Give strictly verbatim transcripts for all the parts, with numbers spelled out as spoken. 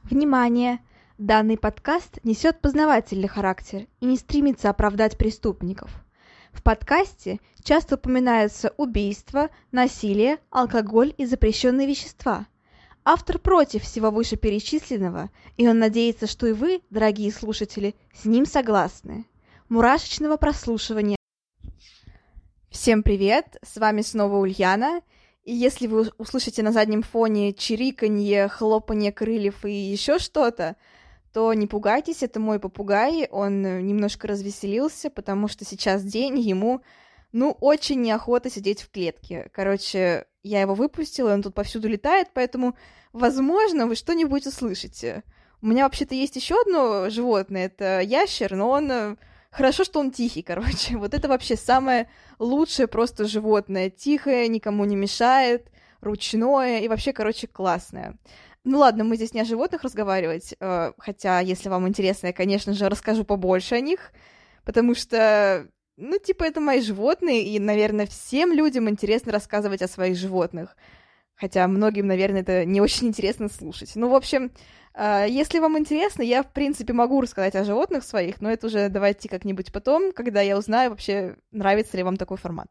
Внимание! Данный подкаст несет познавательный характер и не стремится оправдать преступников. В подкасте часто упоминаются убийства, насилие, алкоголь и запрещенные вещества. Автор против всего вышеперечисленного, и он надеется, что и вы, дорогие слушатели, с ним согласны. Мурашечного прослушивания! Всем привет! С вами снова Ульяна. И если вы услышите на заднем фоне чириканье, хлопанье крыльев и еще что-то, то не пугайтесь, это мой попугай, он немножко развеселился, потому что сейчас день, ему, ну, очень неохота сидеть в клетке. Короче, я его выпустила, он тут повсюду летает, поэтому, возможно, вы что-нибудь услышите. У меня вообще-то есть еще одно животное, это ящер, но он... Хорошо, что он тихий, короче. Вот это вообще самое лучшее просто животное. Тихое, никому не мешает, ручное и вообще, короче, классное. Ну ладно, мы здесь не о животных разговаривать, хотя, если вам интересно, я, конечно же, расскажу побольше о них, потому что, ну, типа, это мои животные, и, наверное, всем людям интересно рассказывать о своих животных. Хотя многим, наверное, это не очень интересно слушать. Ну, в общем... Если вам интересно, я, в принципе, могу рассказать о животных своих, но это уже давайте как-нибудь потом, когда я узнаю вообще, нравится ли вам такой формат.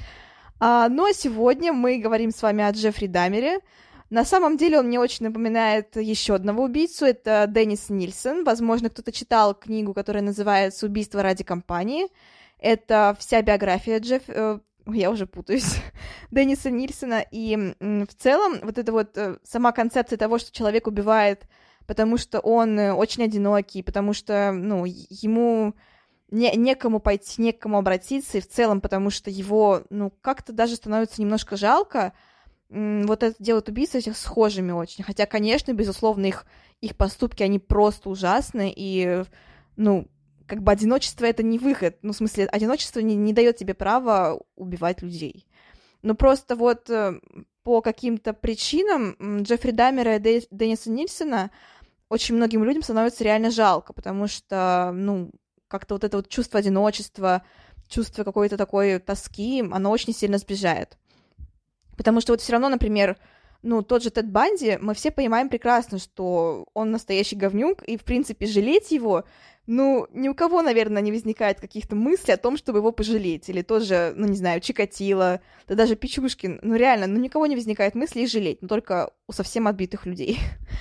А, ну, а сегодня мы говорим с вами о Джеффри Даммере. На самом деле он мне очень напоминает еще одного убийцу, это Деннис Нильсен. Возможно, кто-то читал книгу, которая называется «Убийство ради компании». Это вся биография Джеффри... Я уже путаюсь, Денниса Нильсена. И в целом вот эта вот сама концепция того, что человек убивает... потому что он очень одинокий, потому что, ну, ему не, некому пойти, некому обратиться, и в целом, потому что его, ну, как-то даже становится немножко жалко, вот это делают убийцы этих схожими очень, хотя, конечно, безусловно, их, их поступки, они просто ужасны, и, ну, как бы одиночество — это не выход, ну, в смысле, одиночество не, не дает тебе права убивать людей. Но просто вот по каким-то причинам Джеффри Даммера и Денниса Нильсена очень многим людям становится реально жалко, потому что, ну, как-то вот это вот чувство одиночества, чувство какой-то такой тоски, оно очень сильно сближает. Потому что вот все равно, например, ну, тот же Тед Банди, мы все понимаем прекрасно, что он настоящий говнюк, и, в принципе, жалеть его, ну, ни у кого, наверное, не возникает каких-то мыслей о том, чтобы его пожалеть. Или тоже, ну, не знаю, Чикатило, да даже Пичугушкин. Ну, реально, ну, никого не возникает мысли их жалеть, но только у совсем отбитых людей.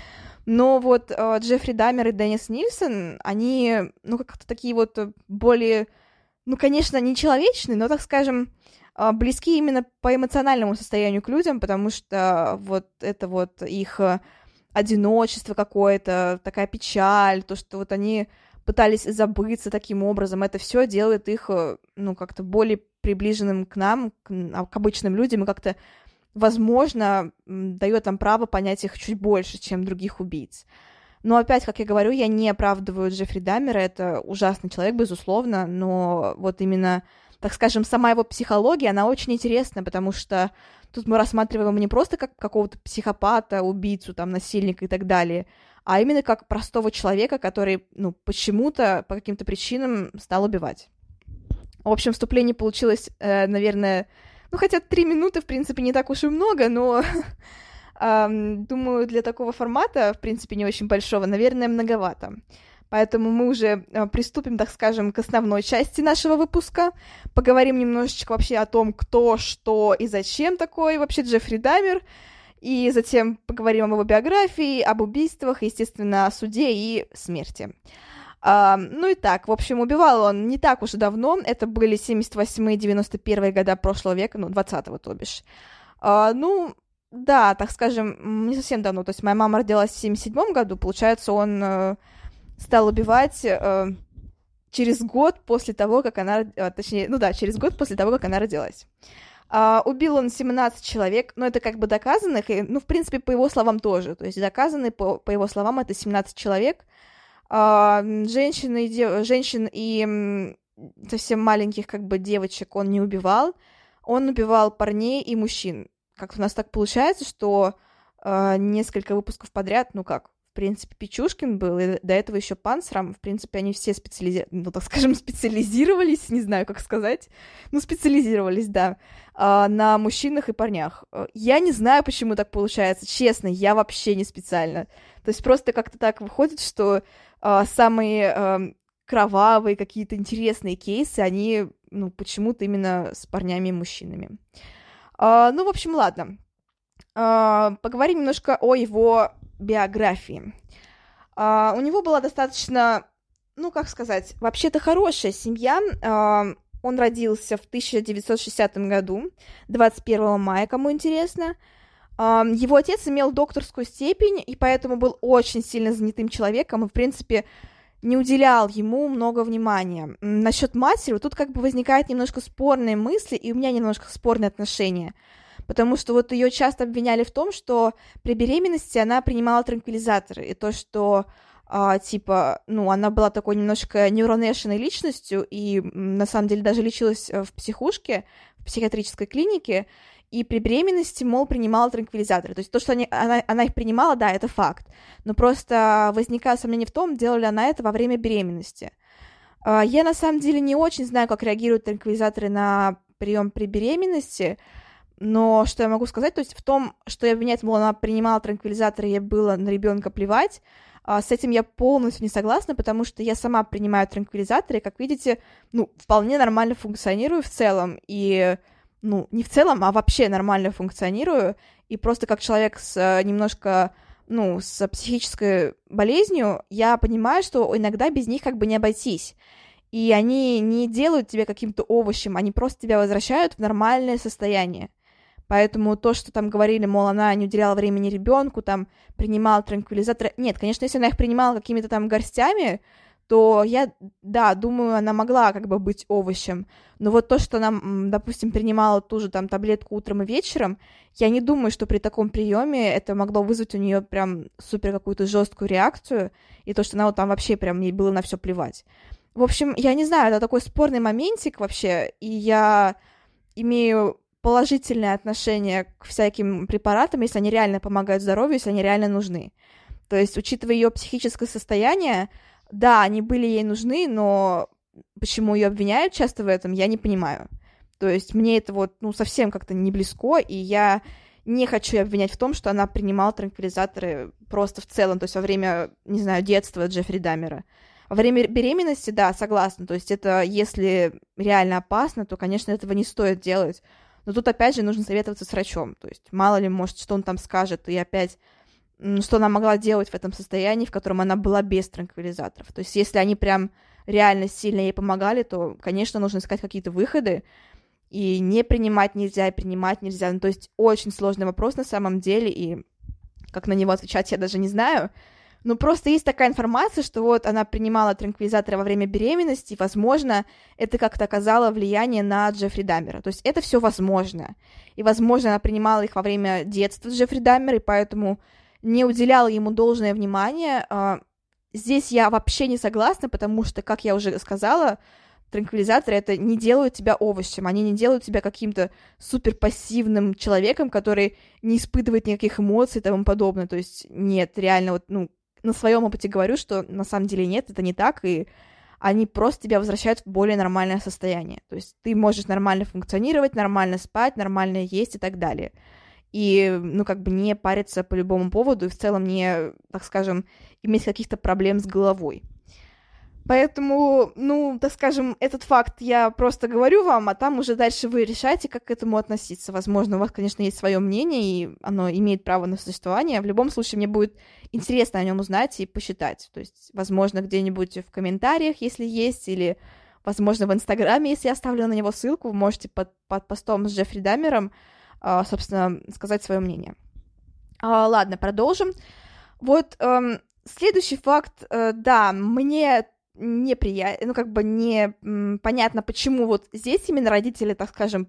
Но вот э, Джеффри Даммер и Деннис Нильсен, они, ну, как-то такие вот более, ну, конечно, не человечные, но, так скажем, э, близки именно по эмоциональному состоянию к людям, потому что вот это вот их одиночество какое-то, такая печаль, то, что вот они пытались забыться таким образом, это все делает их, ну, как-то более приближенным к нам, к, к обычным людям, и как-то возможно, дает нам право понять их чуть больше, чем других убийц. Но опять, как я говорю, я не оправдываю Джеффри Даммера, это ужасный человек, безусловно, но вот именно, так скажем, сама его психология, она очень интересна, потому что тут мы рассматриваем не просто как какого-то психопата, убийцу, там, насильника и так далее, а именно как простого человека, который, ну, почему-то, по каким-то причинам стал убивать. В общем, вступление получилось, э, наверное... Ну, хотя три минуты, в принципе, не так уж и много, но, эм, думаю, для такого формата, в принципе, не очень большого, наверное, многовато. Поэтому мы уже э, приступим, так скажем, к основной части нашего выпуска. Поговорим немножечко вообще о том, кто, что и зачем такой вообще Джеффри Даммер. И затем поговорим об его биографии, об убийствах, естественно, о суде и смерти. Uh, ну и так, в общем, убивал он не так уж и давно, это были семьдесят восьмые девяносто первые года прошлого века, ну, двадцатого, то бишь. Uh, ну, да, так скажем, не совсем давно, то есть моя мама родилась в семьдесят седьмом году, получается, он uh, стал убивать uh, через год после того, как она, uh, точнее, ну да, через год после того, как она родилась. Uh, убил он семнадцать человек, но это как бы доказанных, и, ну, в принципе, по его словам тоже, то есть доказанные, по, по его словам, это семнадцать человек. Uh, женщин и, дев... женщин и совсем маленьких как бы девочек он не убивал, он убивал парней и мужчин. Как у нас так получается, что uh, несколько выпусков подряд, ну как, принципе, Печушкин был, и до этого еще Панцрам. В принципе, они все специализи... ну, так скажем, специализировались, не знаю, как сказать. Ну, специализировались, да, на мужчинах и парнях. Я не знаю, почему так получается. Честно, я вообще не специально. То есть просто как-то так выходит, что самые кровавые, какие-то интересные кейсы, они, ну, почему-то именно с парнями и мужчинами. Ну, в общем, ладно. Поговорим немножко о его биографии. Uh, у него была достаточно, ну, как сказать, вообще-то хорошая семья. Uh, он родился в тысяча девятьсот шестидесятом году, двадцать первого мая, кому интересно. Uh, его отец имел докторскую степень, и поэтому был очень сильно занятым человеком, и, в принципе, не уделял ему много внимания. Насчет матери, вот тут как бы возникают немножко спорные мысли, и у меня немножко спорные отношения. Потому что вот ее часто обвиняли в том, что при беременности она принимала транквилизаторы, и то, что, а, типа, ну, она была такой немножко нейронешенной личностью, и на самом деле даже лечилась в психушке, в психиатрической клинике, и при беременности, мол, принимала транквилизаторы. То есть то, что они, она, она их принимала, да, это факт, но просто возникает сомнение в том, делала ли она это во время беременности. А, я на самом деле не очень знаю, как реагируют транквилизаторы на прием при беременности. Но что я могу сказать, то есть в том, что я обвиняю, мол, она принимала транквилизаторы, ей было на ребенка плевать, с этим я полностью не согласна, потому что я сама принимаю транквилизаторы, и, как видите, ну, вполне нормально функционирую в целом, и, ну, не в целом, а вообще нормально функционирую, и просто как человек с немножко, ну, с психической болезнью, я понимаю, что иногда без них как бы не обойтись. И они не делают тебя каким-то овощем, они просто тебя возвращают в нормальное состояние. Поэтому то, что там говорили, мол, она не уделяла времени ребенку, там, принимала транквилизаторы... Нет, конечно, если она их принимала какими-то там горстями, то я, да, думаю, она могла как бы быть овощем. Но вот то, что она, допустим, принимала ту же там таблетку утром и вечером, я не думаю, что при таком приеме это могло вызвать у нее прям супер какую-то жесткую реакцию, и то, что она вот там вообще прям ей было на все плевать. В общем, я не знаю, это такой спорный моментик вообще, и я имею положительное отношение к всяким препаратам, если они реально помогают здоровью, если они реально нужны. То есть, учитывая ее психическое состояние, да, они были ей нужны, но почему ее обвиняют часто в этом, я не понимаю. То есть, мне это вот, ну, совсем как-то не близко, и я не хочу ее обвинять в том, что она принимала транквилизаторы просто в целом, то есть, во время, не знаю, детства Джеффри Даммера. Во время беременности, да, согласна, то есть, это, если реально опасно, то, конечно, этого не стоит делать. Но тут, опять же, нужно советоваться с врачом. То есть, мало ли, может, что он там скажет, и опять, что она могла делать в этом состоянии, в котором она была без транквилизаторов. То есть, если они прям реально сильно ей помогали, то, конечно, нужно искать какие-то выходы, и не принимать нельзя, и принимать нельзя. Ну, то есть, очень сложный вопрос на самом деле, и как на него отвечать я даже не знаю. Ну, просто есть такая информация, что вот она принимала транквилизаторы во время беременности, и, возможно, это как-то оказало влияние на Джеффри Даммера. То есть это все возможно. И, возможно, она принимала их во время детства Джеффри Даммера, и поэтому не уделяла ему должное внимание. Здесь я вообще не согласна, потому что, как я уже сказала, транквилизаторы это не делают тебя овощем, они не делают тебя каким-то суперпассивным человеком, который не испытывает никаких эмоций и тому подобное. То есть нет, реально вот, ну, на своем опыте говорю, что на самом деле нет, это не так, и они просто тебя возвращают в более нормальное состояние. То есть ты можешь нормально функционировать, нормально спать, нормально есть и так далее. И, ну, как бы не париться по любому поводу и в целом не, так скажем, иметь каких-то проблем с головой. Поэтому, ну, так скажем, этот факт я просто говорю вам, а там уже дальше вы решаете, как к этому относиться. Возможно, у вас, конечно, есть свое мнение, и оно имеет право на существование. В любом случае, мне будет интересно о нем узнать и посчитать. То есть, возможно, где-нибудь в комментариях, если есть, или, возможно, в Инстаграме, если я оставлю на него ссылку, вы можете под, под постом с Джеффри Даммером, собственно, сказать свое мнение. Ладно, продолжим. Вот эм, следующий факт, э, да, мне неприятно, ну, как бы не м, понятно, почему вот здесь именно родители, так скажем,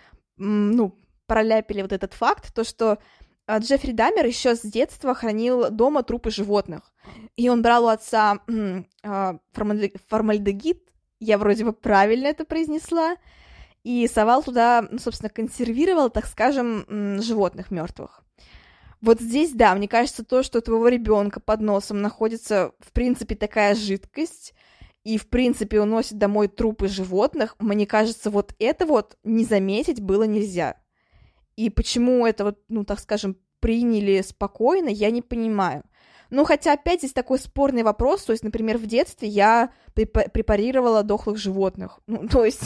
м, ну, проляпили вот этот факт, то, что э, Джеффри Даммер еще с детства хранил дома трупы животных, и он брал у отца м, э, формальдегид, я вроде бы правильно это произнесла, и совал туда, ну, собственно, консервировал, так скажем, м, животных мертвых. Вот здесь, да, мне кажется, то, что у твоего ребенка под носом находится, в принципе, такая жидкость, и, в принципе, уносит домой трупы животных, мне кажется, вот это вот не заметить было нельзя. И почему это вот, ну, так скажем, приняли спокойно, я не понимаю. Ну, хотя, опять, здесь такой спорный вопрос, то есть, например, в детстве я препарировала дохлых животных, ну, то есть...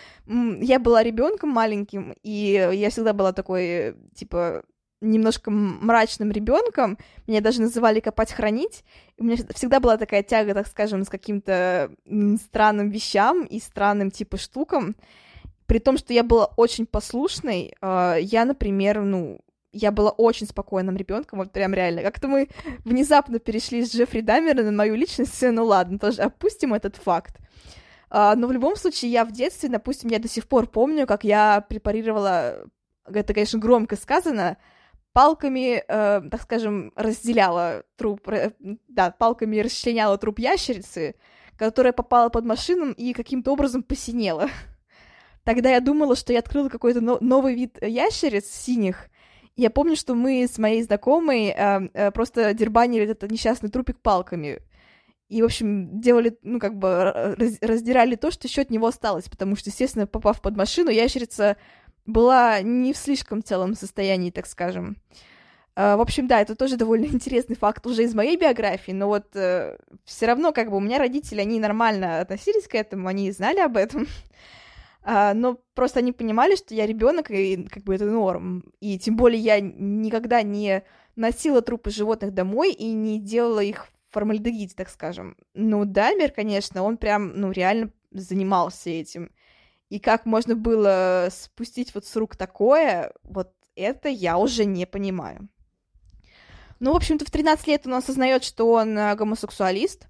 Я была ребенком маленьким, и я всегда была такой, типа, немножко мрачным ребенком. Меня даже называли копать, хранить. У меня всегда была такая тяга, так скажем, с каким-то странным вещам и странным, типа, штукам. При том, что я была очень послушной, я, например, ну, я была очень спокойным ребенком, вот прям реально. Как-то мы внезапно перешли с Джеффри Даммера на мою личность, ну ладно, тоже опустим этот факт. Uh, но в любом случае, я в детстве, допустим, я до сих пор помню, как я препарировала, это, конечно, громко сказано, палками, uh, так скажем, разделяла труп, uh, да, палками расчленяла труп ящерицы, которая попала под машину и каким-то образом посинела. Тогда я думала, что я открыла какой-то но- новый вид ящериц синих. Я помню, что мы с моей знакомой uh, uh, просто дербанили этот несчастный трупик палками. И, в общем, делали, ну, как бы, раз, раздирали то, что еще от него осталось, потому что, естественно, попав под машину, ящерица была не в слишком целом состоянии, так скажем. Uh, в общем, да, это тоже довольно интересный факт уже из моей биографии, но вот uh, все равно, как бы, у меня родители, они нормально относились к этому, они знали об этом, uh, но просто они понимали, что я ребенок, и, как бы, это норм. И тем более я никогда не носила трупы животных домой и не делала их формальдегиде, так скажем. Ну, Даммер, конечно, он прям, ну, реально занимался этим. И как можно было спустить вот с рук такое, вот это я уже не понимаю. Ну, в общем-то, в тринадцать лет он осознает, что он гомосексуалист.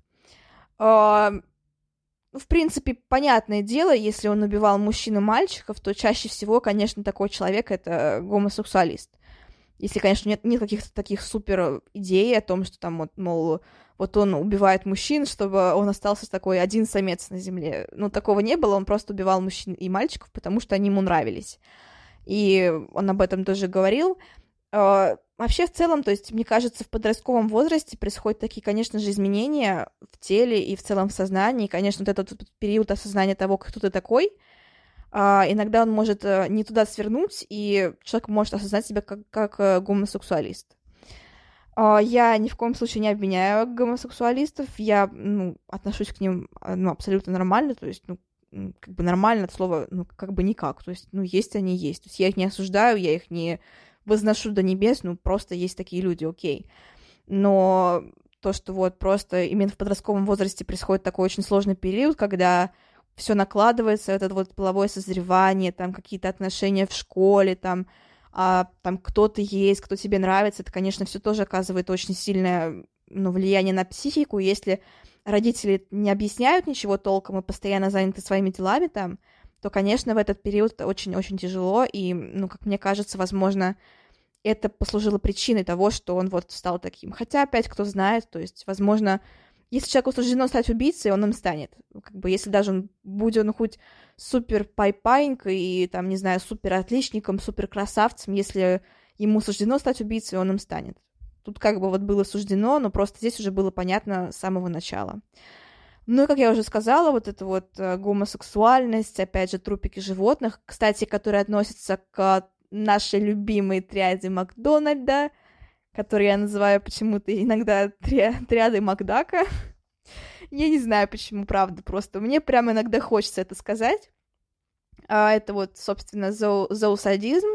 В принципе, понятное дело, если он убивал мужчин и мальчиков, то чаще всего, конечно, такой человек — это гомосексуалист. Если, конечно, нет, нет каких-то таких супер идей о том, что там, вот, мол, вот он убивает мужчин, чтобы он остался такой один самец на земле. Ну, такого не было, он просто убивал мужчин и мальчиков, потому что они ему нравились. И он об этом тоже говорил. Вообще, в целом, то есть, мне кажется, в подростковом возрасте происходят такие, конечно же, изменения в теле и в целом в сознании. И, конечно, вот этот период осознания того, кто ты такой, Uh, иногда он может uh, не туда свернуть, и человек может осознать себя как, как uh, гомосексуалист. Uh, я ни в коем случае не обвиняю гомосексуалистов, я, ну, отношусь к ним, ну, абсолютно нормально, то есть, ну, как бы нормально от слова, ну, как бы никак, то есть, ну, есть они есть, то есть я их не осуждаю, я их не возношу до небес, ну, просто есть такие люди, окей. Но то, что вот просто именно в подростковом возрасте происходит такой очень сложный период, когда все накладывается, это вот половое созревание, там какие-то отношения в школе, там, а, там кто-то есть, кто тебе нравится, это, конечно, все тоже оказывает очень сильное, ну, влияние на психику. Если родители не объясняют ничего толком и постоянно заняты своими делами там, то, конечно, в этот период это очень-очень тяжело, и, ну, как мне кажется, возможно, это послужило причиной того, что он вот стал таким. Хотя, опять, кто знает, то есть, возможно, если человеку суждено стать убийцей, он им станет. Как бы, если даже он будет он хоть супер пайпаенькой и, там, не знаю, супер отличником, супер красавцем, если ему суждено стать убийцей, он им станет. Тут как бы вот было суждено, но просто здесь уже было понятно с самого начала. Ну и, как я уже сказала, вот эта вот э, гомосексуальность, опять же, трупики животных, кстати, которые относятся к нашей любимой триаде Макдональда, который я называю почему-то иногда три... триадой Макдака. Я не знаю, почему, правда, просто мне прямо иногда хочется это сказать. А, это вот, собственно, зоо... зоосадизм,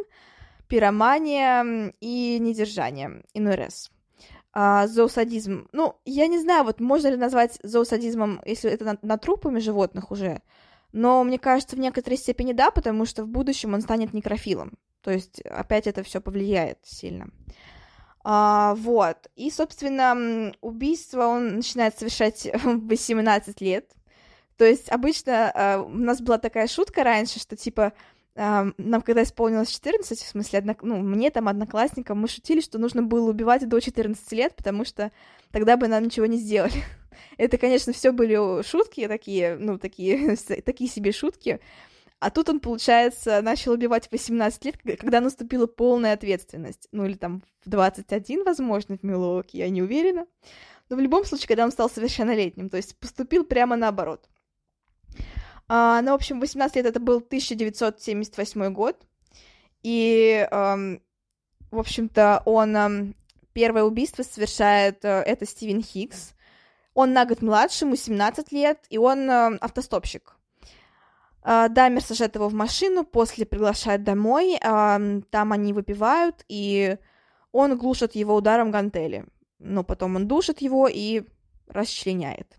пиромания и недержание, иной раз. А, зоосадизм, ну, я не знаю, вот можно ли назвать зоосадизмом, если это над, над трупами животных уже, но мне кажется, в некоторой степени да, потому что в будущем он станет некрофилом, то есть опять это все повлияет сильно. А, вот, и, собственно, убийство он начинает совершать в восемнадцать лет, то есть обычно а, у нас была такая шутка раньше, что типа а, нам когда исполнилось четырнадцать, в смысле, одно, ну, мне там, одноклассникам, мы шутили, что нужно было убивать до четырнадцати лет, потому что тогда бы нам ничего не сделали. Это, конечно, все были шутки такие, ну, такие, такие себе шутки. А тут он, получается, начал убивать в восемнадцать лет, когда наступила полная ответственность. Ну, или там в двадцать один, возможно, в Милуоке, я не уверена. Но в любом случае, когда он стал совершеннолетним, то есть поступил прямо наоборот. А, ну, в общем, восемнадцать лет это был тысяча девятьсот семьдесят восьмой год, и, эм, в общем-то, он... Эм, первое убийство совершает э, это Стивен Хиггс. Он на год младше, ему семнадцать лет, и он э, автостопщик. Даймер сажает его в машину, после приглашает домой, там они выпивают, и он глушит его ударом гантели. Но потом он душит его и расчленяет.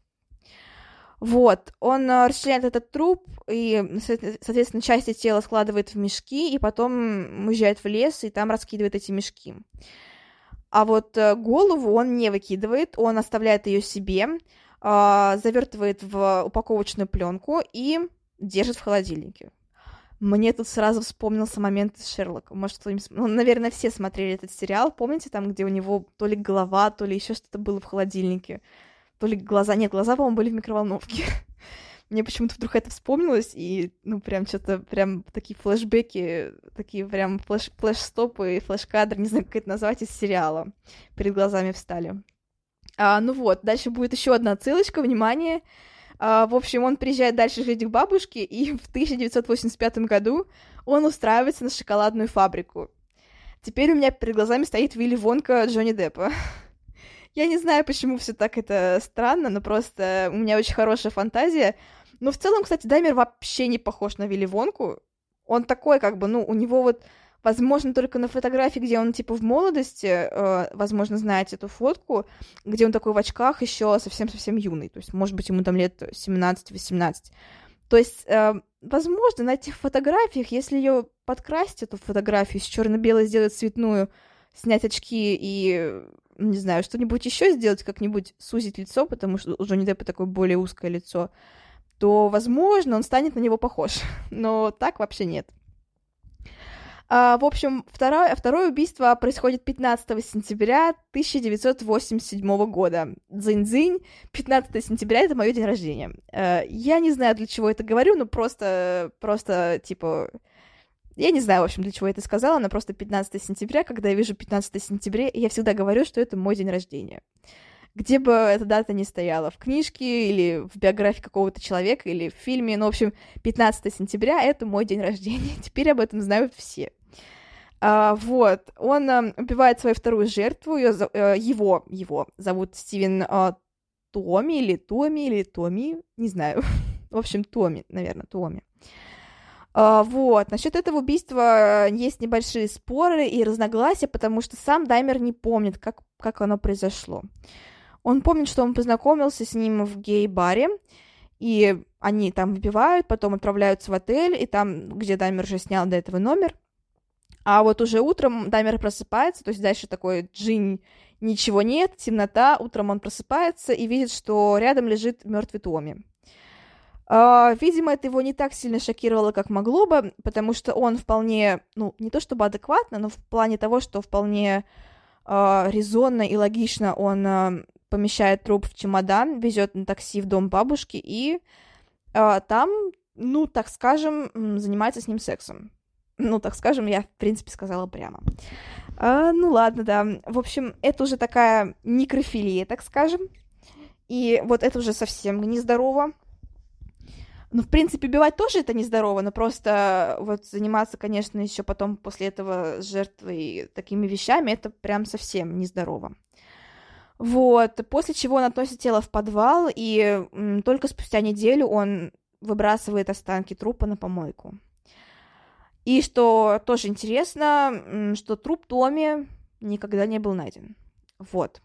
Вот, он расчленяет этот труп, и, соответственно, части тела складывает в мешки, и потом уезжает в лес, и там раскидывает эти мешки. А вот голову он не выкидывает, он оставляет ее себе, завертывает в упаковочную пленку и держит в холодильнике. Мне тут сразу вспомнился момент из Шерлока. Может, кто-нибудь... Ну, наверное, все смотрели этот сериал. Помните, там, где у него то ли голова, то ли еще что-то было в холодильнике? То ли глаза... Нет, глаза, по-моему, были в микроволновке. Мне почему-то вдруг это вспомнилось, и, ну, прям что-то, прям такие флешбеки, такие прям флеш... флеш-стопы и флеш-кадры, не знаю, как это назвать, из сериала. Перед глазами встали. А, ну вот, дальше будет еще одна отсылочка, внимание. Uh, в общем, он приезжает дальше жить к бабушке, и в тысяча девятьсот восемьдесят пятом году он устраивается на шоколадную фабрику. Теперь у меня перед глазами стоит Вилли Вонка Джонни Деппа. Я не знаю, почему все так это странно, но просто у меня очень хорошая фантазия. Но в целом, кстати, Даймер вообще не похож на Вилли Вонку. Он такой, как бы, ну, у него вот... Возможно, только на фотографии, где он, типа, в молодости, э, возможно, знаете эту фотку, где он такой в очках, еще совсем-совсем юный. То есть, может быть, ему там лет семнадцать-восемнадцать. То есть, э, возможно, на этих фотографиях, если ее подкрасить, эту фотографию, с черно-белой сделать цветную, снять очки и, не знаю, что-нибудь еще сделать, как-нибудь сузить лицо, потому что у Джонни Деппа такое более узкое лицо, то, возможно, он станет на него похож. Но так вообще нет. Uh, в общем, второе, второе убийство происходит пятнадцатого сентября тысяча девятьсот восемьдесят седьмого года. Дзынь-дзынь, пятнадцатого сентября — это мое день рождения. Uh, я не знаю, для чего это говорю, но просто, просто, типа... Я не знаю, в общем, для чего я это сказала, но просто пятнадцатого сентября, когда я вижу пятнадцатого сентября, я всегда говорю, что это мой день рождения. Где бы эта дата ни стояла, в книжке или в биографии какого-то человека, или в фильме, ну, в общем, пятнадцатого сентября — это мой день рождения. Теперь об этом знают все. А, вот, он а, убивает свою вторую жертву, ее, а, его, его зовут Стивен а, Томми, или Томми, или Томми, не знаю. В общем, Томми, наверное, Томми. А, вот, насчет этого убийства есть небольшие споры и разногласия, потому что сам Даймер не помнит, как, как оно произошло. Он помнит, что он познакомился с ним в гей-баре, и они там выпивают, потом отправляются в отель, и там, где Даймер уже снял до этого номер. А вот уже утром Даймер просыпается, то есть дальше такой джинь, ничего нет, темнота, утром он просыпается и видит, что рядом лежит мертвый Томми. Uh, видимо, это его не так сильно шокировало, как могло бы, потому что он вполне, ну, не то чтобы адекватно, но в плане того, что вполне uh, резонно и логично он uh, помещает труп в чемодан, везет на такси в дом бабушки и uh, там, ну, так скажем, занимается с ним сексом. Ну, так скажем, я, в принципе, сказала прямо. Uh, ну, ладно, да. В общем, это уже такая некрофилия, так скажем. И вот это уже совсем нездорово. Ну, в принципе, убивать тоже это нездорово, но просто вот заниматься, конечно, еще потом после этого с жертвой такими вещами, это прям совсем нездорово. Вот, после чего он относит тело в подвал, и м, только спустя неделю он выбрасывает останки трупа на помойку. И что тоже интересно, м, что труп Томми никогда не был найден. Вот.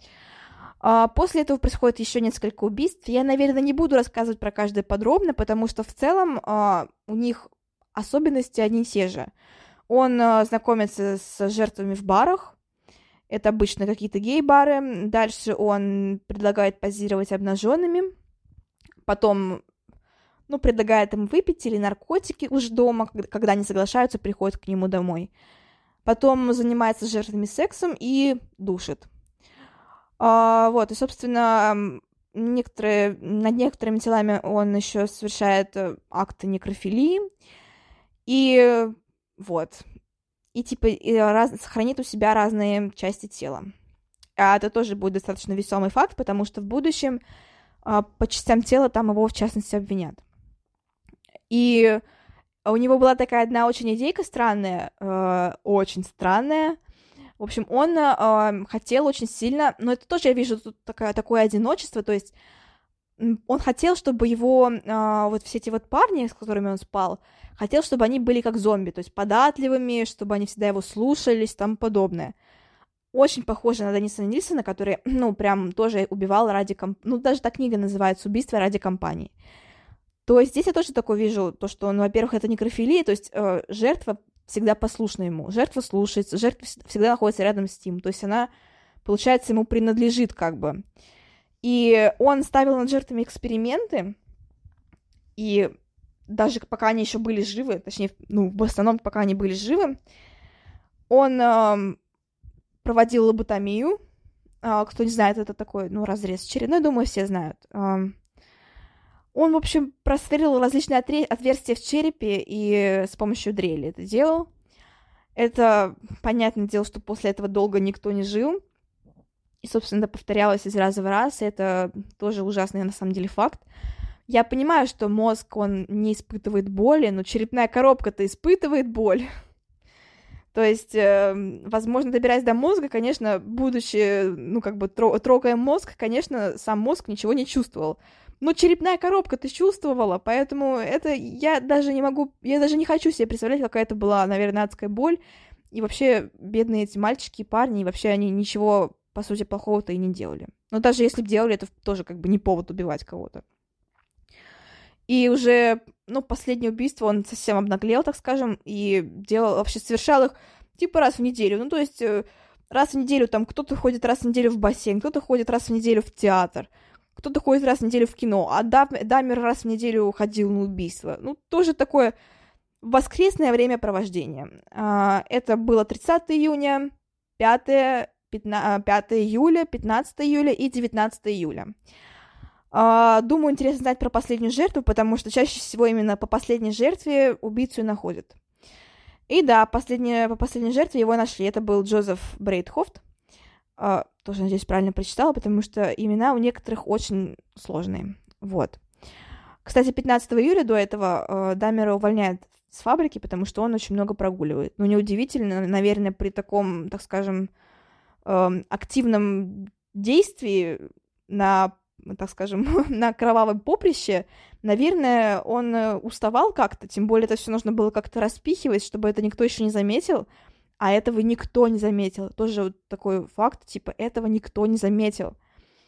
После этого происходит еще несколько убийств. Я, наверное, не буду рассказывать про каждое подробно, потому что в целом uh, у них особенности одни и те же. Он uh, знакомится с жертвами в барах. Это обычно какие-то гей-бары. Дальше он предлагает позировать обнаженными. Потом, ну, предлагает им выпить или наркотики уже дома. Когда они соглашаются, приходят к нему домой. Потом занимается с жертвами сексом и душит. Uh, вот, и, собственно, некоторые, над некоторыми телами он еще совершает акты некрофилии, и вот, и типа и раз, хранит у себя разные части тела. А это тоже будет достаточно весомый факт, потому что в будущем а, по частям тела там его, в частности, обвинят. И у него была такая одна очень идейка странная, э, очень странная. В общем, он э, хотел очень сильно, но это тоже я вижу тут такое, такое одиночество, то есть он хотел, чтобы его, э, вот все эти вот парни, с которыми он спал, хотел, чтобы они были как зомби, то есть податливыми, чтобы они всегда его слушались и тому подобное. Очень похоже на Денниса Нильсона, который, ну, прям тоже убивал ради... Комп... Ну, даже та книга называется «Убийство ради компании». То есть здесь я тоже такое вижу, то, что, ну, во-первых, это некрофилия, то есть э, жертва всегда послушна ему, жертва слушается, жертва всегда находится рядом с ним, то есть она, получается, ему принадлежит как бы. И он ставил над жертвами эксперименты, и даже пока они еще были живы, точнее, ну, в основном, пока они были живы, он э, проводил лоботомию, э, кто не знает, это такой, ну, разрез черепа, ну, я думаю, все знают. Э, Он, в общем, просверлил различные отверстия в черепе и с помощью дрели это делал. Это, понятное дело, что после этого долго никто не жил. И, собственно, это повторялось из раза в раз. И это тоже ужасный, на самом деле, факт. Я понимаю, что мозг, он не испытывает боли, но черепная коробка-то испытывает боль. То есть, э, возможно, добираясь до мозга, конечно, будучи, ну, как бы, тро- трогая мозг, конечно, сам мозг ничего не чувствовал. Но черепная коробка ты чувствовала, поэтому это я даже не могу, я даже не хочу себе представлять, какая это была, наверное, адская боль. И вообще, бедные эти мальчики и парни, и вообще они ничего, по сути, плохого-то и не делали. Но даже если бы делали, это тоже как бы не повод убивать кого-то. И уже, ну, последнее убийство, он совсем обнаглел, так скажем, и делал, вообще совершал их типа раз в неделю. Ну, то есть раз в неделю там кто-то ходит раз в неделю в бассейн, кто-то ходит раз в неделю в театр, кто-то ходит раз в неделю в кино, а Даммер раз в неделю ходил на убийство. Ну, тоже такое воскресное времяпровождение. Это было тридцатого июня, пятого июля, пятнадцатого июля и девятнадцатого июля. Думаю, интересно знать про последнюю жертву, потому что чаще всего именно по последней жертве убийцу и находят. И да, последняя, по последней жертве его нашли. Это был Джозеф Брейтхофт. Uh, тоже, надеюсь, правильно прочитала, потому что имена у некоторых очень сложные. Вот. Кстати, пятнадцатого июля до этого uh, Даммера увольняют с фабрики, потому что он очень много прогуливает. Ну, неудивительно, наверное, при таком, так скажем, uh, активном действии на, так скажем, на кровавом поприще, наверное, он уставал как-то, тем более это все нужно было как-то распихивать, чтобы это никто еще не заметил. А этого никто не заметил. Тоже вот такой факт, типа, этого никто не заметил.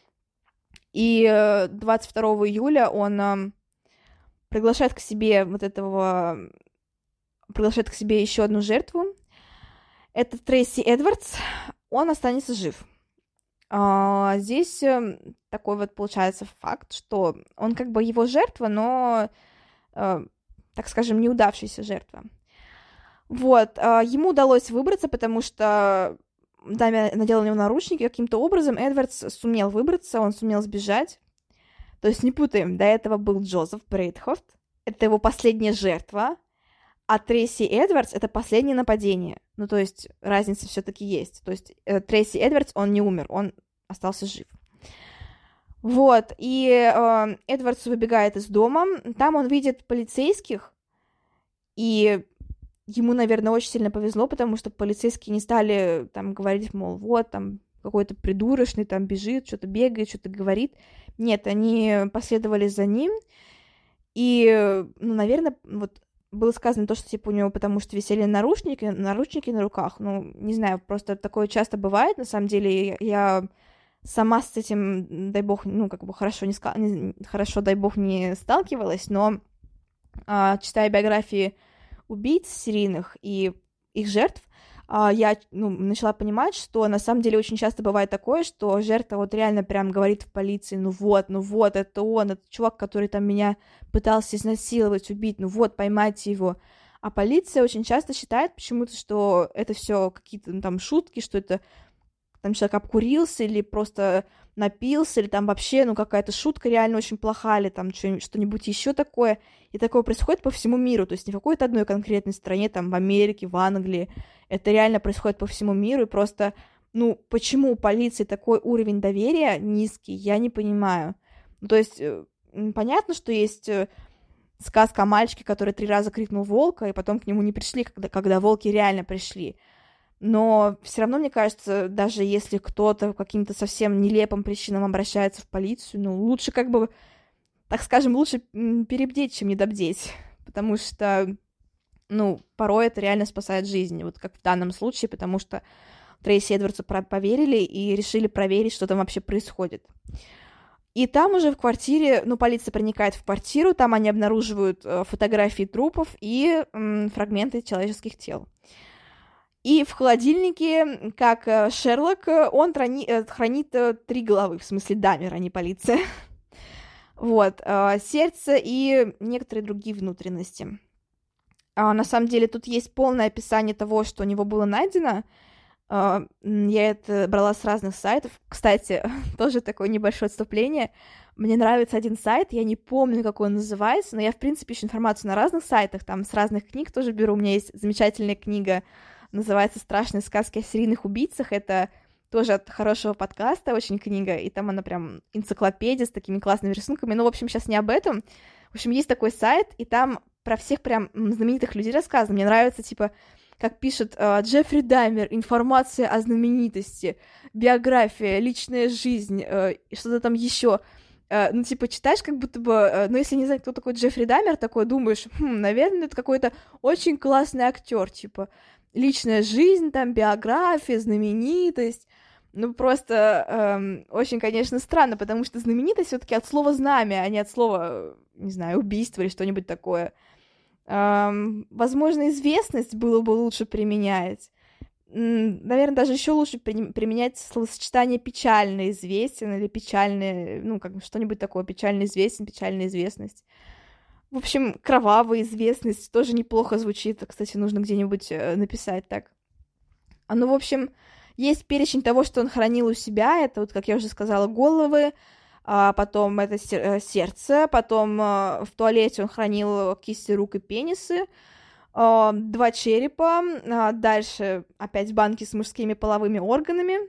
И двадцать второго июля он э, приглашает к себе вот этого... Приглашает к себе еще одну жертву. Это Трейси Эдвардс. Он останется жив. А, здесь э, такой вот получается факт, что он как бы его жертва, но, э, так скажем, неудавшаяся жертва. Вот, ему удалось выбраться, потому что Даммер надел на него наручники, каким-то образом Эдвардс сумел выбраться, он сумел сбежать. То есть не путаем, до этого был Джозеф Брейтхофт, это его последняя жертва, а Трейси Эдвардс — это последнее нападение. Ну, то есть разница все-таки есть. То есть Трейси Эдвардс, он не умер, он остался жив. Вот, и э, Эдвардс выбегает из дома, там он видит полицейских, и... Ему, наверное, очень сильно повезло, потому что полицейские не стали там говорить, мол, вот, там, какой-то придурочный там бежит, что-то бегает, что-то говорит. Нет, они последовали за ним, и, ну, наверное, вот было сказано то, что, типа, у него потому что висели наручники, наручники на руках, ну, не знаю, просто такое часто бывает, на самом деле, я, я сама с этим, дай бог, ну, как бы хорошо, не, ска... не... хорошо, дай бог, не сталкивалась, но, а, читая биографии убийц серийных и их жертв, я ну, начала понимать, что на самом деле очень часто бывает такое, что жертва вот реально прям говорит в полиции, ну вот, ну вот, это он, это чувак, который там меня пытался изнасиловать, убить, ну вот, поймайте его. А полиция очень часто считает почему-то, что это все какие-то ну, там шутки, что это там человек обкурился или просто напился, или там вообще, ну, какая-то шутка реально очень плохая, или там что-нибудь еще такое. И такое происходит по всему миру, то есть не в какой-то одной конкретной стране, там, в Америке, в Англии. Это реально происходит по всему миру, и просто, ну, почему у полиции такой уровень доверия низкий, я не понимаю. Ну, то есть, понятно, что есть сказка о мальчике, который три раза крикнул волка, и потом к нему не пришли, когда, когда волки реально пришли. Но все равно, мне кажется, даже если кто-то по каким-то совсем нелепым причинам обращается в полицию, ну, лучше как бы, так скажем, лучше перебдеть, чем недобдеть, потому что, ну, порой это реально спасает жизнь, вот как в данном случае, потому что Трейси Эдвардсу поверили и решили проверить, что там вообще происходит. И там уже в квартире, ну, полиция проникает в квартиру, там они обнаруживают фотографии трупов и м, фрагменты человеческих тел. И в холодильнике, как Шерлок, он храни, хранит три головы, в смысле Дамер, а не полиция. Вот, сердце и некоторые другие внутренности. На самом деле тут есть полное описание того, что у него было найдено. Я это брала с разных сайтов. Кстати, тоже такое небольшое отступление. Мне нравится один сайт, я не помню, как он называется, но я, в принципе, ищу информацию на разных сайтах, там с разных книг тоже беру. У меня есть замечательная книга, называется «Страшные сказки о серийных убийцах». Это тоже от хорошего подкаста очень книга, и там она прям энциклопедия с такими классными рисунками. Ну, в общем, сейчас не об этом. В общем, есть такой сайт, и там про всех прям знаменитых людей рассказано. Мне нравится, типа, как пишет э, Джеффри Дамер, информация о знаменитости, биография, личная жизнь, э, и что-то там еще. Э, ну, типа, читаешь, как будто бы, э, ну, если не знать, кто такой Джеффри Дамер, такой думаешь, хм, наверное, это какой-то очень классный актер, типа, личная жизнь, там, биография, знаменитость. Ну, просто эм, очень, конечно, странно, потому что знаменитость все-таки от слова знамя, а не от слова, не знаю, убийство или что-нибудь такое. Эм, возможно, известность было бы лучше применять. Наверное, даже еще лучше при- применять словосочетание печально известен или печальный, ну, как бы что-нибудь такое, печально известен, печальная известность. В общем, кровавая известность тоже неплохо звучит. Кстати, нужно где-нибудь написать так. А, ну, в общем, есть перечень того, что он хранил у себя. Это, вот, как я уже сказала, головы, а потом это сердце, потом в туалете он хранил кисти рук и пенисы, два черепа, дальше опять банки с мужскими половыми органами,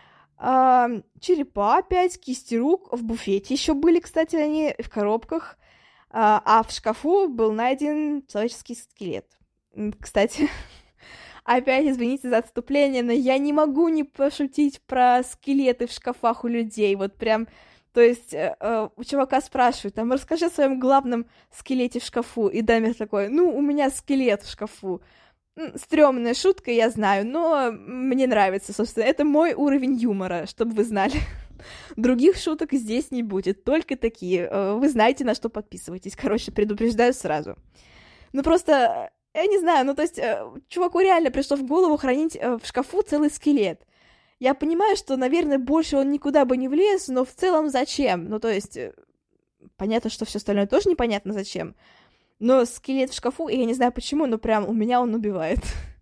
черепа опять, кисти рук, в буфете еще были, кстати, они в коробках, а в шкафу был найден человеческий скелет. Кстати, опять извините за отступление, но я не могу не пошутить про скелеты в шкафах у людей, вот прям, то есть э, у чувака спрашивают, там, расскажи о своем главном скелете в шкафу, и Дамер такой, ну, у меня скелет в шкафу. Стрёмная шутка, я знаю, но мне нравится, собственно, это мой уровень юмора, чтобы вы знали. Других шуток здесь не будет, только такие. Вы знаете, на что подписывайтесь. Короче, предупреждаю сразу. Ну, просто, я не знаю, ну, то есть, чуваку реально пришло в голову хранить в шкафу целый скелет. Я понимаю, что, наверное, больше он никуда бы не влез, но в целом зачем? Ну, то есть, понятно, что все остальное тоже непонятно зачем. Но скелет в шкафу, и я не знаю почему, но прям у меня он убивает.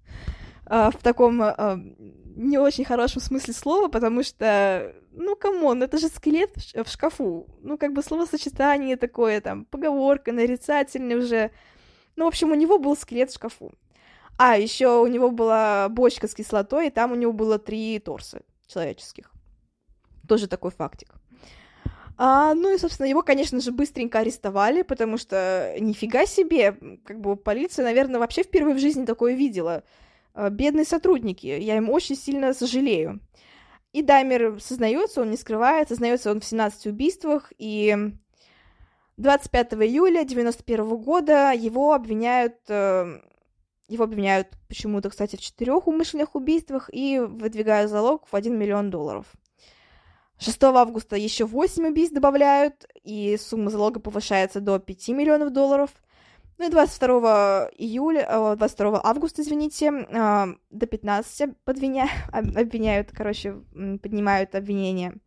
В таком не очень хорошем смысле слова, потому что, ну, камон, это же скелет в шкафу. Ну, как бы словосочетание такое, там, поговорка, нарицательный уже. Ну, в общем, у него был скелет в шкафу. А, еще у него была бочка с кислотой, и там у него было три торса человеческих. Тоже такой фактик. А, ну и, собственно, его, конечно же, быстренько арестовали, потому что нифига себе, как бы полиция, наверное, вообще впервые в жизни такое видела. Бедные сотрудники, я им очень сильно сожалею. И Дамер сознается, он не скрывает, сознается он в семнадцати убийствах, и двадцать пятого июля девяносто первого года его обвиняют, его обвиняют почему-то, кстати, в четырех умышленных убийствах и выдвигают залог в один миллион долларов. шестого августа еще восемь убийств добавляют, и сумма залога повышается до пяти миллионов долларов. Ну и двадцать второго июля, двадцать второго августа, извините, до пятнадцати подвиня... обвиняют, короче, поднимают обвинения.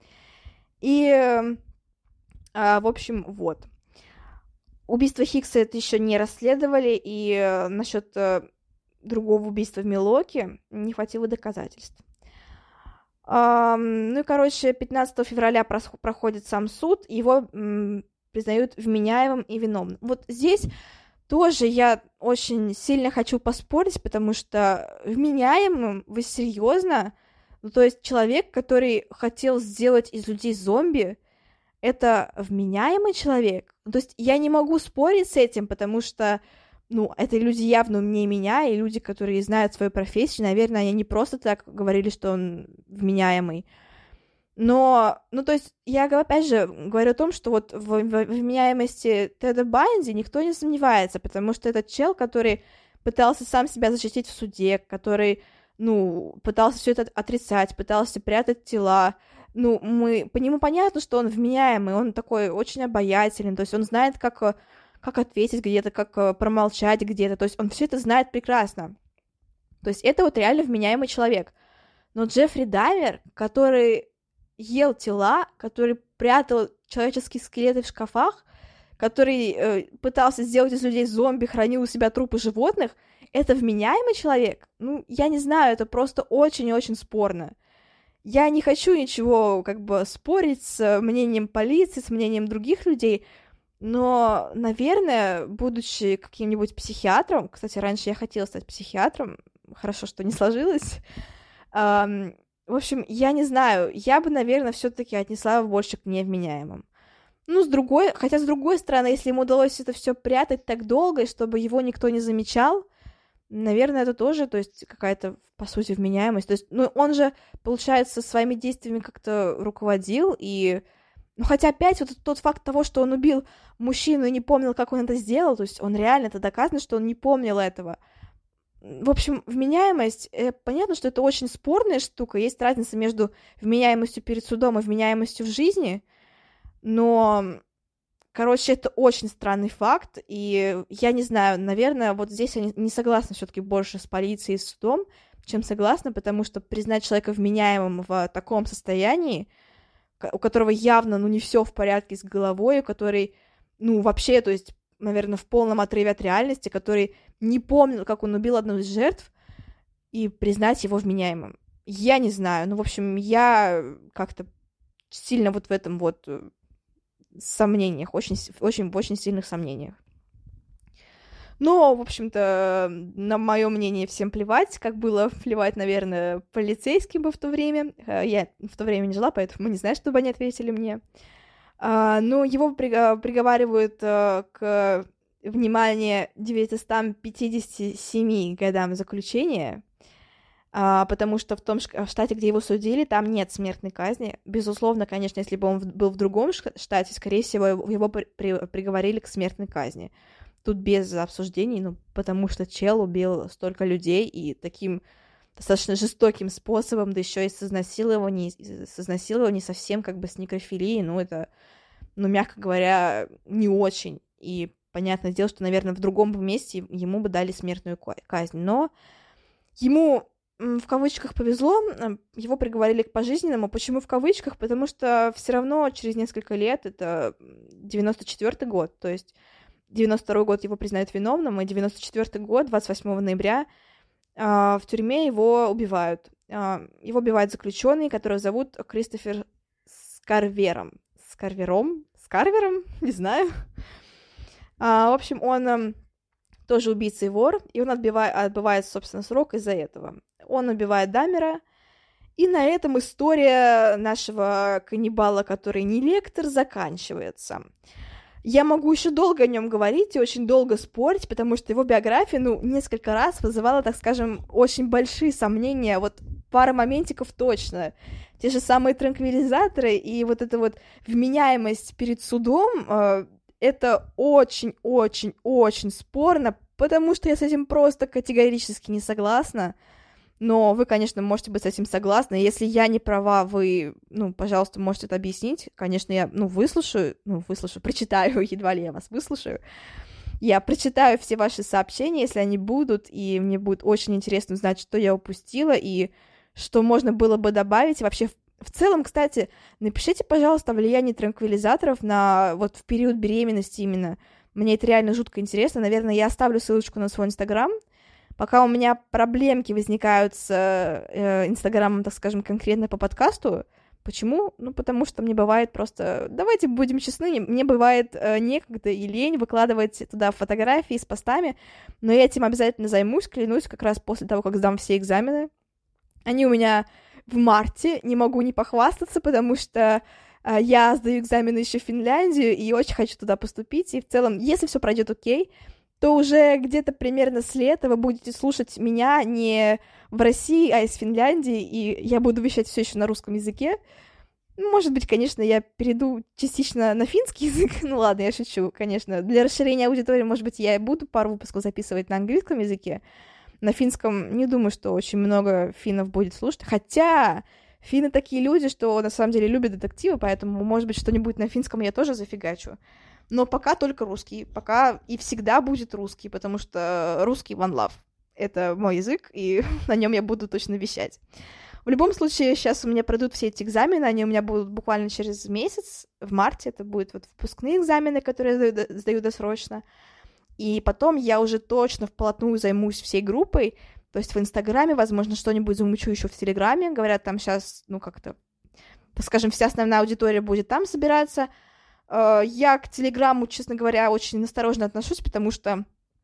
И, в общем, вот. Убийство Хиггса это еще не расследовали, и насчет другого убийства в Милуоки не хватило доказательств. Ам, ну и, короче, пятнадцатого февраля прос- проходит сам суд, и его м, признают вменяемым и виновным. Вот здесь тоже я очень сильно хочу поспорить, потому что вменяемым, вы серьезно? Ну, то есть человек, который хотел сделать из людей зомби, это вменяемый человек? Ну, то есть я не могу спорить с этим, потому что, ну, это люди явно умнее меня, и люди, которые знают свою профессию, наверное, они не просто так говорили, что он вменяемый. Но, ну, то есть, я, опять же, говорю о том, что вот в, в, в вменяемости Теда Банди никто не сомневается, потому что этот чел, который пытался сам себя защитить в суде, который, ну, пытался все это отрицать, пытался прятать тела, ну, мы, по нему понятно, что он вменяемый, он такой очень обаятельный, то есть он знает, как, как ответить где-то, как промолчать где-то, то есть он все это знает прекрасно. То есть это вот реально вменяемый человек. Но Джеффри Даммер, который ел тела, который прятал человеческие скелеты в шкафах, который э, пытался сделать из людей зомби, хранил у себя трупы животных, это вменяемый человек? Ну, я не знаю, это просто очень и очень спорно. Я не хочу ничего, как бы, спорить с мнением полиции, с мнением других людей, но, наверное, будучи каким-нибудь психиатром, кстати, раньше я хотела стать психиатром, хорошо, что не сложилось, эм, в общем, я не знаю, я бы, наверное, все-таки отнесла его больше к невменяемым. Ну, с другой, хотя, с другой стороны, если ему удалось это все прятать так долго, и чтобы его никто не замечал, наверное, это тоже, то есть, какая-то, по сути, вменяемость. То есть, ну, он же, получается, своими действиями как-то руководил, и... Ну, хотя опять вот тот факт того, что он убил мужчину и не помнил, как он это сделал, то есть он реально, это доказано, что он не помнил этого. В общем, вменяемость, э, понятно, что это очень спорная штука, есть разница между вменяемостью перед судом и вменяемостью в жизни, но, короче, это очень странный факт, и я не знаю, наверное, вот здесь я не согласна все-таки больше с полицией и с судом, чем согласна, потому что признать человека вменяемым в таком состоянии, у которого явно, ну, не все в порядке с головой, у который, ну, вообще, то есть, наверное, в полном отрыве от реальности, который не помнил, как он убил одну из жертв, и признать его вменяемым. Я не знаю, ну, в общем, я как-то сильно вот в этом вот сомнениях, очень, очень, в очень сильных сомнениях. Но, в общем-то, на мое мнение всем плевать, как было плевать, наверное, полицейским бы в то время. Я в то время не жила, поэтому не знаю, чтобы они ответили мне. Но его приговаривают к, внимание, девятистам пятидесяти семи годам заключения, потому что в том штате, где его судили, там нет смертной казни. Безусловно, конечно, если бы он был в другом штате, скорее всего, его приговорили к смертной казни. Тут без обсуждений, ну, потому что чел убил столько людей и таким достаточно жестоким способом, да еще и с изнасилованием, с изнасилованием совсем как бы с некрофилией, ну, это, ну, мягко говоря, не очень. И понятное дело, что, наверное, в другом месте ему бы дали смертную казнь. Но ему, в кавычках, повезло, его приговорили к пожизненному. Почему в кавычках? Потому что все равно через несколько лет, это девяносто четвёртый год, то есть девяносто второй год его признают виновным, и девяносто четвёртый год, двадцать восьмого ноября, в тюрьме его убивают. Его убивает заключенный, которого зовут Кристофер Скарвером. Скарвером? Скарвером? Не знаю. В общем, он тоже убийца и вор, и он отбивает, отбывает, собственно, срок из-за этого. Он убивает Даммера, и на этом история нашего каннибала, который не лектор, заканчивается. Я могу еще долго о нем говорить и очень долго спорить, потому что его биография, ну, несколько раз вызывала, так скажем, очень большие сомнения, вот пара моментиков точно. Те же самые транквилизаторы и вот эта вот вменяемость перед судом, э, это очень-очень-очень спорно, потому что я с этим просто категорически не согласна. Но вы, конечно, можете быть с этим согласны. Если я не права, вы, ну, пожалуйста, можете это объяснить. Конечно, я, ну, выслушаю, ну, выслушаю, прочитаю, едва ли я вас выслушаю. Я прочитаю все ваши сообщения, если они будут, и мне будет очень интересно узнать, что я упустила, и что можно было бы добавить. Вообще, в, в целом, кстати, напишите, пожалуйста, влияние транквилизаторов на, вот, в период беременности именно. Мне это реально жутко интересно. Наверное, я оставлю ссылочку на свой Инстаграм, Пока у меня проблемки возникают с э, Инстаграмом, так скажем, конкретно по подкасту. Почему? Ну, потому что мне бывает просто... Давайте будем честны, мне бывает э, некогда и лень выкладывать туда фотографии с постами, но я этим обязательно займусь, клянусь, как раз после того, как сдам все экзамены. Они у меня в марте, не могу не похвастаться, потому что э, я сдаю экзамены еще в Финляндию и очень хочу туда поступить, и в целом, если все пройдет окей, то уже где-то примерно с лета вы будете слушать меня не в России, а из Финляндии, и я буду вещать все еще на русском языке. Ну, может быть, конечно, я перейду частично на финский язык. Ну ладно, я шучу, конечно. Для расширения аудитории, может быть, я и буду пару выпусков записывать на английском языке. На финском не думаю, что очень много финнов будет слушать. Хотя финны такие люди, что на самом деле любят детективы, поэтому, может быть, что-нибудь на финском я тоже зафигачу. Но пока только русский, пока и всегда будет русский, потому что русский one love. Это мой язык, и на нем я буду точно вещать. В любом случае, сейчас у меня пройдут все эти экзамены, они у меня будут буквально через месяц, в марте, это будут вот выпускные экзамены, которые я сдаю, сдаю досрочно. И потом я уже точно вплотную займусь всей группой, то есть в Инстаграме, возможно, что-нибудь замучу еще в Телеграме, говорят, там сейчас, ну, как-то, так скажем, вся основная аудитория будет там собираться. Я к Телеграму, честно говоря, очень осторожно отношусь, потому что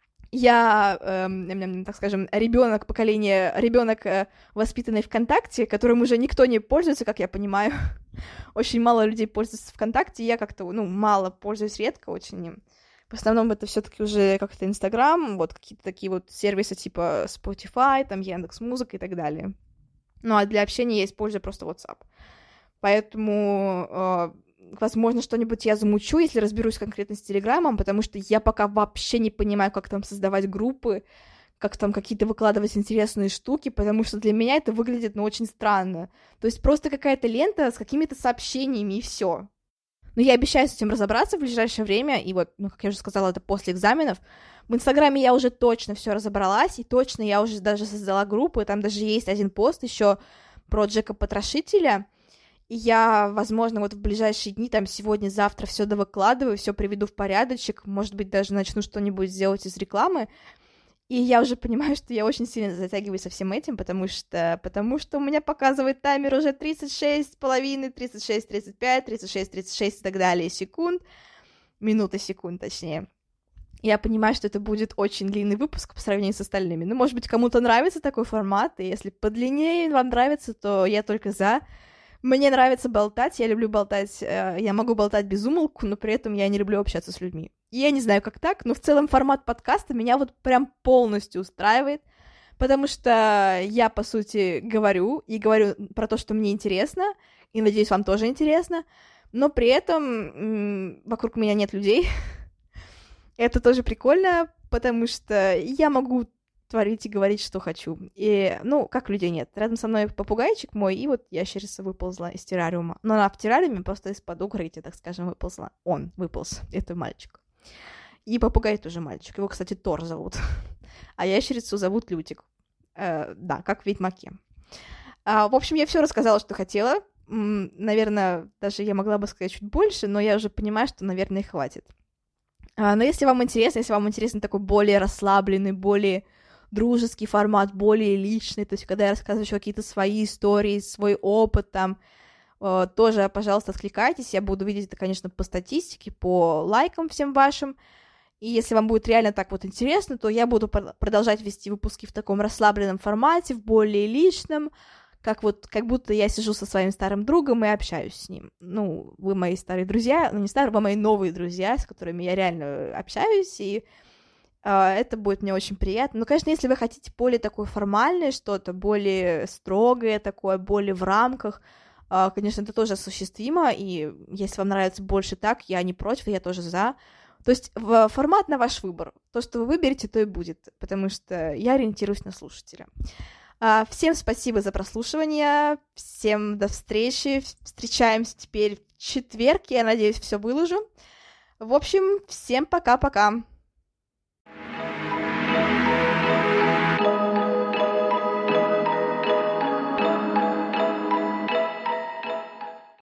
я, э, так скажем, ребенок поколения, ребенок, э, воспитанный ВКонтакте, которым уже никто не пользуется, как я понимаю. Очень мало людей пользуются ВКонтакте, я как-то, ну, мало пользуюсь, редко очень. В основном это все-таки уже как-то Инстаграм, вот какие-то такие вот сервисы типа Spotify, там Яндекс.Музыка и так далее. Ну, а для общения я использую просто WhatsApp. Поэтому... Э, возможно, что-нибудь я замучу, если разберусь конкретно с Телеграмом, потому что я пока вообще не понимаю, как там создавать группы, как там какие-то выкладывать интересные штуки, потому что для меня это выглядит, ну, очень странно. То есть просто какая-то лента с какими-то сообщениями, и все. Но я обещаю с этим разобраться в ближайшее время, и вот, ну, как я уже сказала, это после экзаменов. В Инстаграме я уже точно все разобралась, и точно я уже даже создала группу, и там даже есть один пост еще про Джека Потрошителя. И я, возможно, вот в ближайшие дни, там, сегодня-завтра все довыкладываю, все приведу в порядочек, может быть, даже начну что-нибудь делать из рекламы. И я уже понимаю, что я очень сильно затягиваю со всем этим, потому что, потому что у меня показывает таймер уже тридцать шесть с половиной, тридцать шесть тридцать пять, тридцать шесть тридцать шесть и так далее секунд, минуты секунд, точнее. Я понимаю, что это будет очень длинный выпуск по сравнению с остальными. Ну, может быть, кому-то нравится такой формат, и если подлиннее вам нравится, то я только за. Мне нравится болтать, я люблю болтать, я могу болтать без умолку, но при этом я не люблю общаться с людьми. И я не знаю, как так, но в целом формат подкаста меня вот прям полностью устраивает, потому что я, по сути, говорю, и говорю про то, что мне интересно, и, надеюсь, вам тоже интересно, но при этом м- вокруг меня нет людей. Это тоже прикольно, потому что я могу творить и говорить, что хочу. И, ну, как людей нет. Рядом со мной попугайчик мой, и вот ящерица выползла из террариума. Но она в террариуме просто из-под укрытия, так скажем, выползла. Он выполз, это мальчик. И попугай тоже мальчик. Его, кстати, Тор зовут. А ящерицу зовут Лютик. Э, да, как в Ведьмаке. А, в общем, я все рассказала, что хотела. М, наверное, даже я могла бы сказать чуть больше, но я уже понимаю, что, наверное, и хватит. А, но если вам интересно, если вам интересен такой более расслабленный, более дружеский формат, более личный, то есть когда я рассказываю еще какие-то свои истории, свой опыт там, э, тоже, пожалуйста, откликайтесь, я буду видеть это, конечно, по статистике, по лайкам всем вашим, и если вам будет реально так вот интересно, то я буду продолжать вести выпуски в таком расслабленном формате, в более личном, как вот, как будто я сижу со своим старым другом и общаюсь с ним. Ну, вы мои старые друзья, ну не старые, вы мои новые друзья, с которыми я реально общаюсь, и это будет мне очень приятно. Ну, конечно, если вы хотите более такое формальное что-то, более строгое такое, более в рамках, конечно, это тоже осуществимо, и если вам нравится больше так, я не против, я тоже за. То есть формат на ваш выбор. То, что вы выберете, то и будет, потому что я ориентируюсь на слушателя. Всем спасибо за прослушивание, всем до встречи, встречаемся теперь в четверг, я надеюсь, все выложу. В общем, всем пока-пока.